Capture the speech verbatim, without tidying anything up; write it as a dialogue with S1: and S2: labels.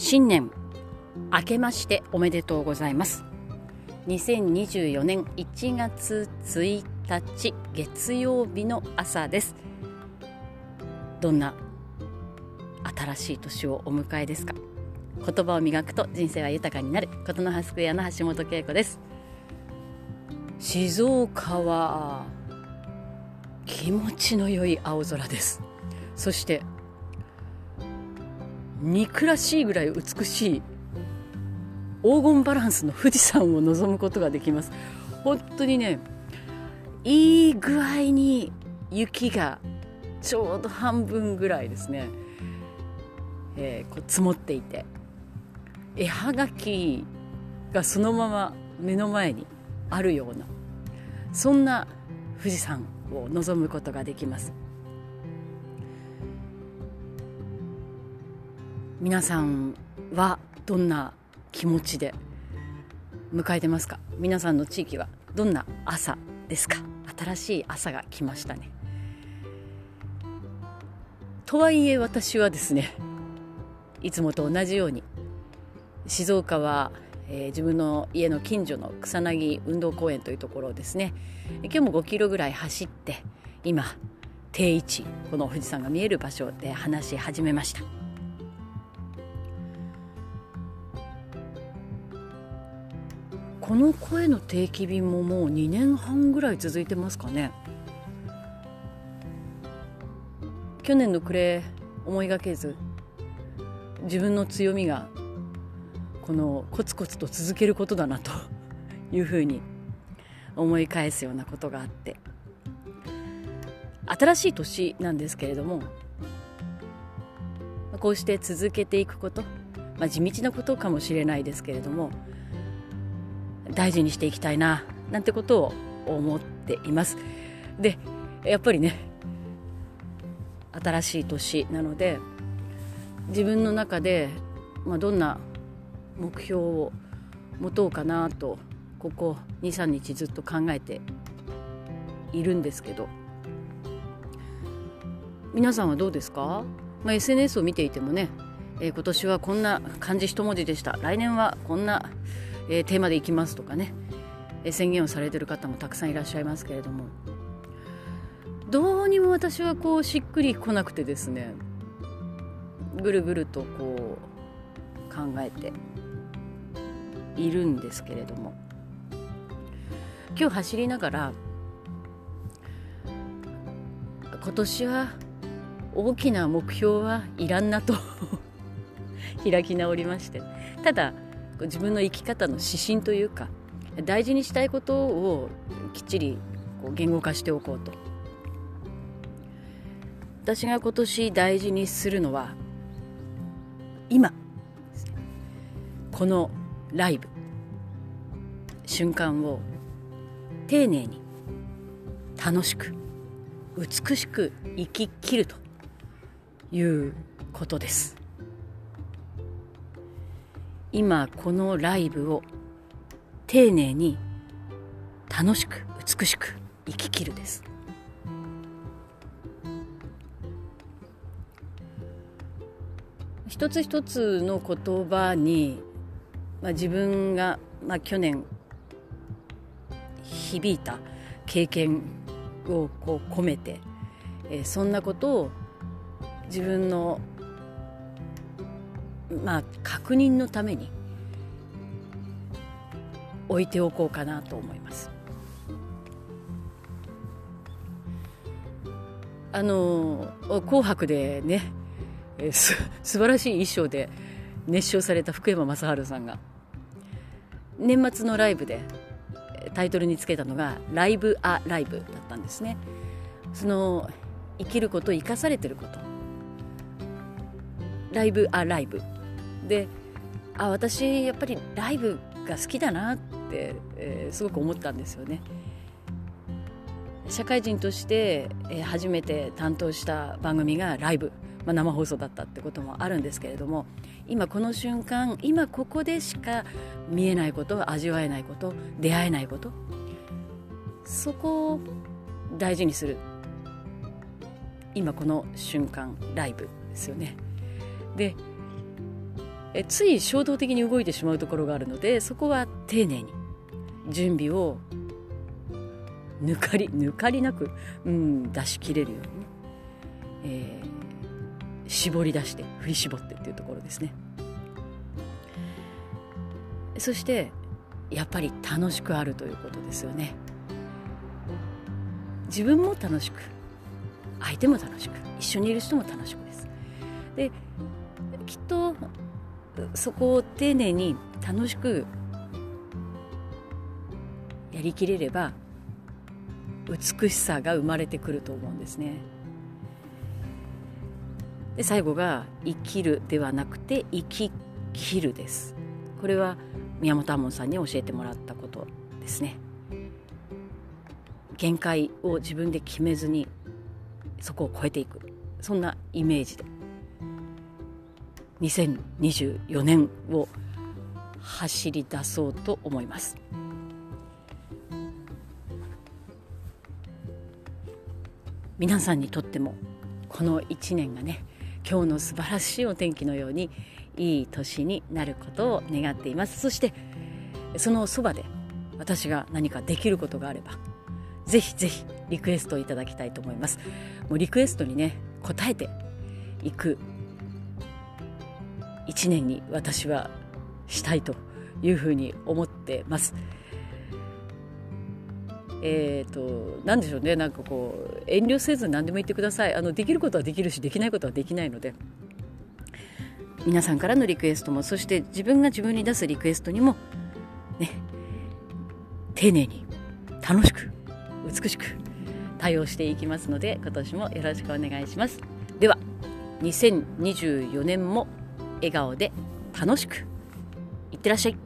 S1: 新年明けましておめでとうございます。にせんにじゅうよねんいちがつついたち月曜日の朝です。どんな新しい年をお迎えですか？言葉を磨くと人生は豊かになる。ことの葉スクエアの橋本恵子です。静岡は気持ちの良い青空です。そして憎らしいぐらい美しい黄金バランスの富士山を望むことができます。本当にね、いい具合に雪がちょうど半分ぐらいですね、えー、こう積もっていて、絵はがきがそのまま目の前にあるような、そんな富士山を望むことができます。皆さんはどんな気持ちで迎えてますか？皆さんの地域はどんな朝ですか？新しい朝が来ましたね。とはいえ私はですね、いつもと同じように静岡は、えー、自分の家の近所の草薙運動公園というところをですね、今日もごキロぐらい走って、今定位置、この富士山が見える場所で話し始めました。この声の定期便ももうにねんはんぐらい続いてますかね。去年の暮れ思いがけず、自分の強みがこのコツコツと続けることだなというふうに思い返すようなことがあって、新しい年なんですけれども、こうして続けていくこと、まあ、地道なことかもしれないですけれども、大事にしていきたいななんてことを思っています。で、やっぱりね、新しい年なので、自分の中で、まあ、どんな目標を持とうかなと、ここ にさんにちずっと考えているんですけど、皆さんはどうですか？まあ、エスエヌエス を見ていてもね、えー、今年はこんな漢字一文字でした、来年はこんなえー、テーマでいきますとかね、えー、宣言をされている方もたくさんいらっしゃいますけれども、どうにも私はこうしっくりこなくてですね、ぐるぐるとこう考えているんですけれども、今日走りながら、今年は大きな目標はいらんなと開き直りまして、ただ自分の生き方の指針というか、大事にしたいことをきっちりこう言語化しておこうと。私が今年大事にするのは、今このライブ瞬間を丁寧に楽しく美しく生き切るということです。今このライブを丁寧に楽しく美しく生き切るです。一つ一つの言葉に、まあ、自分が、まあ、去年響いた経験をこう込めて、えー、そんなことを自分のまあ、確認のために置いておこうかなと思います。あの紅白でね、えー、す素晴らしい衣装で熱唱された福山雅治さんが年末のライブでタイトルにつけたのがライブアライブだったんですね。その生きること生かされてること、ライブアライブで、あ、私やっぱりライブが好きだなって、えー、すごく思ったんですよね。社会人として、えー、初めて担当した番組がライブ、まあ、生放送だったってこともあるんですけれども、今この瞬間、今ここでしか見えないこと、味わえないこと、出会えないこと、そこを大事にする、今この瞬間ライブですよね。でえつい衝動的に動いてしまうところがあるので、そこは丁寧に準備を抜かり抜かりなく、うん、出し切れるようにね、えー、絞り出して振り絞ってっていうところですね。そしてやっぱり楽しくあるということですよね。自分も楽しく、相手も楽しく、一緒にいる人も楽しくです。で、きっとそこを丁寧に楽しくやりきれれば美しさが生まれてくると思うんですね。で、最後が生きるではなくて生き切るです。これは宮本亞門さんに教えてもらったことですね。限界を自分で決めずにそこを超えていく、そんなイメージでにせんにじゅうよねんを走り出そうと思います。皆さんにとってもこのいちねんがね、今日の素晴らしいお天気のようにいい年になることを願っています。そしてそのそばで私が何かできることがあれば、ぜひぜひリクエストいただきたいと思います。もうリクエストにね応えていくいちねんに私はしたいというふうに思ってます。えーと、なんでしょうね、なんかこう遠慮せず何でも言ってください。あのできることはできるし、できないことはできないので、皆さんからのリクエストも、そして自分が自分に出すリクエストにもね、丁寧に楽しく美しく対応していきますので、今年もよろしくお願いします。ではにせんにじゅうよねんも笑顔で楽しくいってらっしゃい。